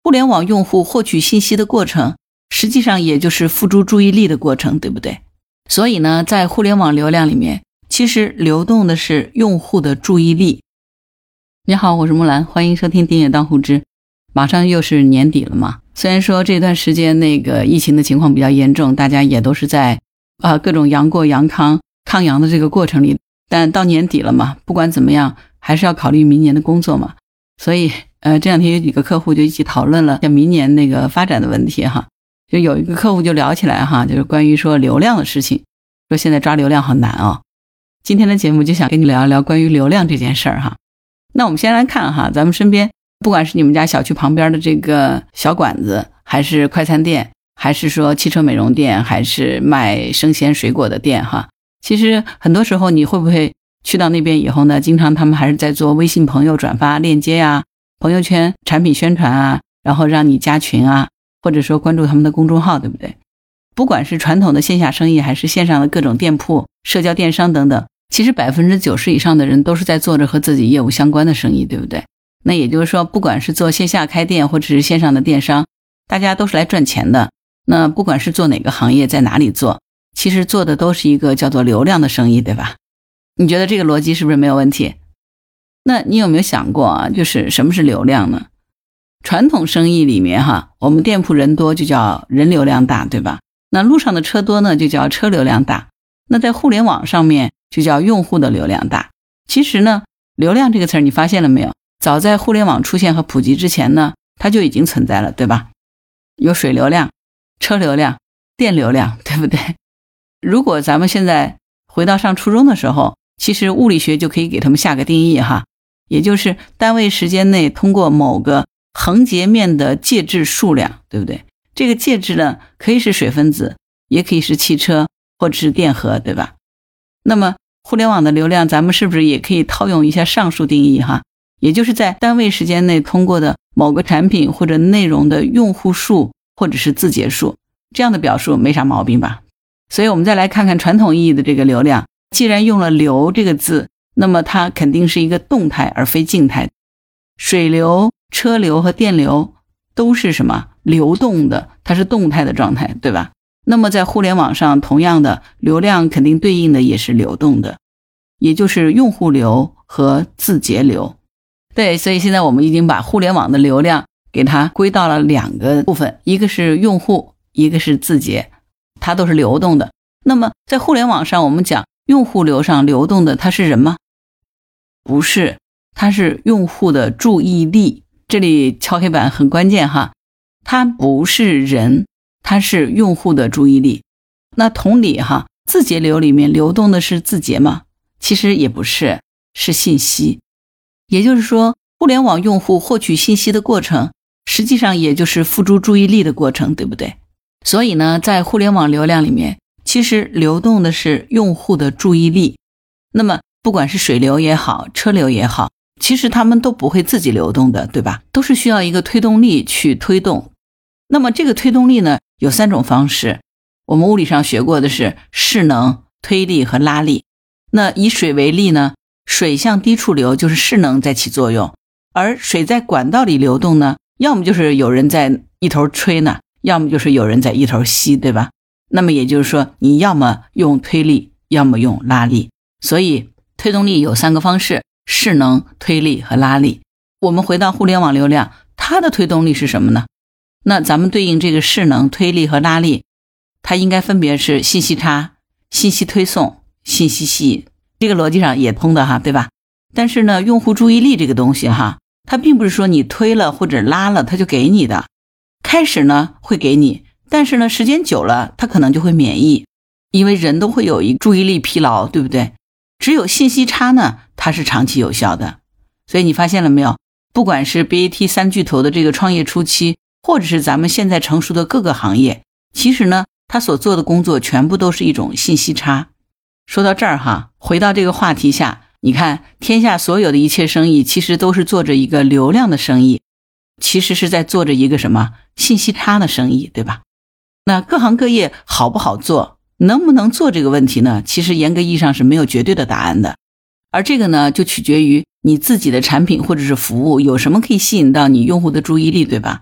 互联网用户获取信息的过程，实际上也就是付诸注意力的过程，对不对？所以呢，在互联网流量里面，其实流动的是用户的注意力。你好，我是木兰，欢迎收听订阅当户知。马上又是年底了嘛，虽然说这段时间疫情的情况比较严重，大家也都是在各种阳过阳抗阳的这个过程里，但到年底了嘛，不管怎么样还是要考虑明年的工作嘛。所以这两天有几个客户就一起讨论了像明年发展的问题哈。就有一个客户就聊起来哈，就是关于说流量的事情，说现在抓流量好难哦。今天的节目就想跟你聊一聊关于流量这件事儿哈。那我们先来看哈，咱们身边不管是你们家小区旁边的这个小馆子，还是快餐店，还是说汽车美容店，还是卖生鲜水果的店哈，其实很多时候你会不会去到那边以后呢，经常他们还是在做微信朋友转发链接啊，朋友圈产品宣传啊，然后让你加群啊，或者说关注他们的公众号，对不对？不管是传统的线下生意，还是线上的各种店铺、社交电商等等，其实90%以上的人都是在做着和自己业务相关的生意，对不对？那也就是说，不管是做线下开店或者是线上的电商，大家都是来赚钱的。那不管是做哪个行业，在哪里做，其实做的都是一个叫做流量的生意，对吧？你觉得这个逻辑是不是没有问题？那你有没有想过啊，就是什么是流量呢？传统生意里面哈，我们店铺人多就叫人流量大，对吧？那路上的车多呢，就叫车流量大。那在互联网上面就叫用户的流量大。其实呢，流量这个词儿你发现了没有？早在互联网出现和普及之前呢，它就已经存在了，对吧？有水流量、车流量、电流量，对不对？如果咱们现在回到上初中的时候，其实物理学就可以给他们下个定义哈，也就是单位时间内通过某个横截面的介质数量，对不对？这个介质呢，可以是水分子，也可以是汽车或者是电荷，对吧？那么互联网的流量，咱们是不是也可以套用一下上述定义哈？也就是在单位时间内通过的某个产品或者内容的用户数或者是字节数，这样的表述没啥毛病吧？所以我们再来看看传统意义的这个流量，既然用了流这个字，那么它肯定是一个动态而非静态。水流、车流和电流都是什么？流动的，它是动态的状态，对吧？那么在互联网上，同样的流量肯定对应的也是流动的，也就是用户流和字节流。对，所以现在我们已经把互联网的流量给它归到了两个部分，一个是用户，一个是字节，它都是流动的。那么在互联网上，我们讲用户流上流动的，它是人吗？不是，它是用户的注意力。这里敲黑板很关键哈，它不是人，它是用户的注意力。那同理哈，字节流里面流动的是字节吗？其实也不是，是信息。也就是说，互联网用户获取信息的过程，实际上也就是付诸注意力的过程，对不对？所以呢，在互联网流量里面，其实流动的是用户的注意力。那么不管是水流也好，车流也好，其实他们都不会自己流动的，对吧？都是需要一个推动力去推动。那么这个推动力呢，有3种方式。我们物理上学过的是势能、推力和拉力。那以水为例呢，水向低处流就是势能在起作用，而水在管道里流动呢，要么就是有人在一头吹呢，要么就是有人在一头吸，对吧？那么也就是说，你要么用推力，要么用拉力。所以推动力有3个方式，势能、推力和拉力。我们回到互联网流量，它的推动力是什么呢？那咱们对应这个势能、推力和拉力，它应该分别是信息差、信息推送、信息吸引。这个逻辑上也通的哈，对吧？但是呢，用户注意力这个东西哈，它并不是说你推了或者拉了它就给你的。开始呢会给你，但是呢时间久了它可能就会免疫，因为人都会有一注意力疲劳，对不对？只有信息差呢，它是长期有效的。所以你发现了没有？不管是 BAT 3巨头的这个创业初期，或者是咱们现在成熟的各个行业，其实呢，他所做的工作全部都是一种信息差。说到这儿哈，回到这个话题下，你看天下所有的一切生意其实都是做着一个流量的生意，其实是在做着一个什么信息差的生意，对吧？那各行各业好不好做，能不能做这个问题呢，其实严格意义上是没有绝对的答案的。而这个呢，就取决于你自己的产品或者是服务有什么可以吸引到你用户的注意力，对吧？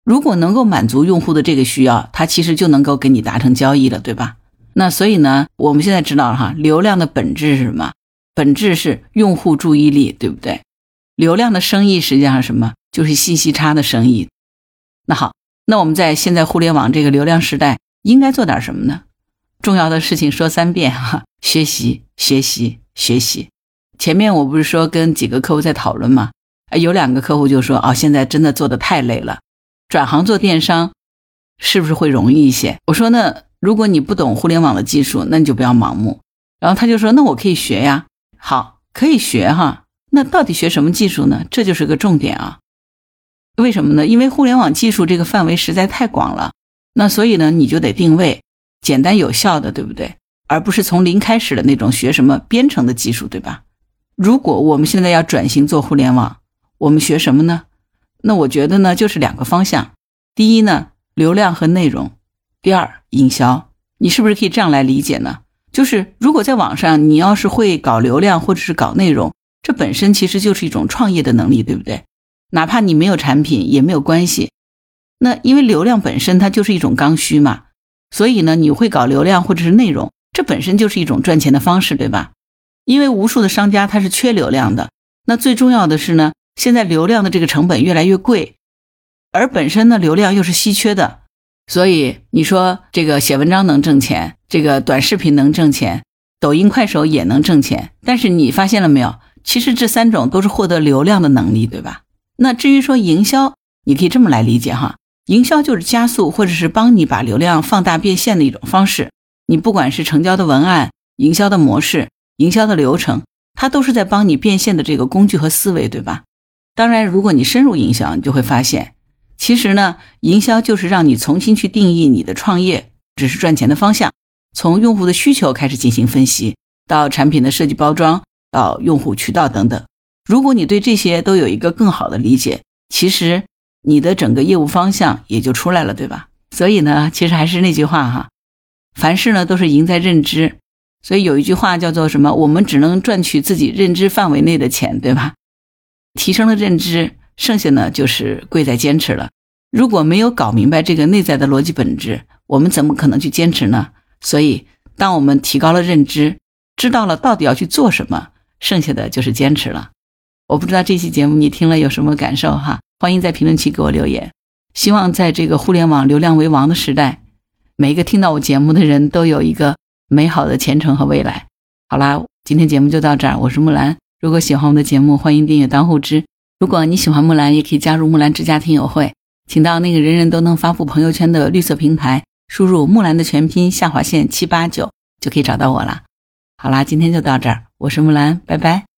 如果能够满足用户的这个需要，它其实就能够给你达成交易了，对吧？那所以呢，我们现在知道了哈，流量的本质是什么？本质是用户注意力，对不对？流量的生意实际上是什么？就是信息差的生意。那好，那我们在现在互联网这个流量时代应该做点什么呢？重要的事情说3遍哈，学习学习学习。前面我不是说跟几个客户在讨论吗？有2个客户就说现在真的做得太累了，转行做电商是不是会容易一些？我说那如果你不懂互联网的技术，那你就不要盲目。然后他就说那我可以学呀。好，可以学哈。那到底学什么技术呢？这就是个重点啊。为什么呢？因为互联网技术这个范围实在太广了，那所以呢你就得定位简单有效的，对不对？而不是从零开始的那种学什么编程的技术，对吧？如果我们现在要转型做互联网，我们学什么呢？那我觉得呢就是2个方向。第一呢，流量和内容；第二，营销。你是不是可以这样来理解呢？就是如果在网上你要是会搞流量或者是搞内容，这本身其实就是一种创业的能力，对不对？哪怕你没有产品也没有关系。那因为流量本身它就是一种刚需嘛，所以呢你会搞流量或者是内容，这本身就是一种赚钱的方式，对吧？因为无数的商家他是缺流量的，那最重要的是呢，现在流量的这个成本越来越贵，而本身呢流量又是稀缺的，所以你说这个写文章能挣钱，这个短视频能挣钱，抖音快手也能挣钱，但是你发现了没有，其实这3种都是获得流量的能力，对吧？那至于说营销，你可以这么来理解哈，营销就是加速或者是帮你把流量放大变现的一种方式。你不管是成交的文案、营销的模式、营销的流程，它都是在帮你变现的这个工具和思维，对吧？当然如果你深入营销，你就会发现其实呢，营销就是让你重新去定义你的创业只是赚钱的方向，从用户的需求开始进行分析，到产品的设计包装，到用户渠道等等。如果你对这些都有一个更好的理解，其实你的整个业务方向也就出来了，对吧？所以呢，其实还是那句话哈，凡事呢都是赢在认知。所以有一句话叫做什么？我们只能赚取自己认知范围内的钱，对吧？提升了认知，剩下呢就是贵在坚持了。如果没有搞明白这个内在的逻辑本质，我们怎么可能去坚持呢？所以当我们提高了认知，知道了到底要去做什么，剩下的就是坚持了。我不知道这期节目你听了有什么感受哈，欢迎在评论区给我留言。希望在这个互联网流量为王的时代，每一个听到我节目的人都有一个美好的前程和未来。好啦，今天节目就到这儿，我是木兰。如果喜欢我们的节目，欢迎订阅当户知。如果你喜欢木兰，也可以加入木兰之家听友会，请到那个人人都能发布朋友圈的绿色平台，输入木兰的全拼下划线789就可以找到我啦。好啦，今天就到这儿，我是木兰，拜拜。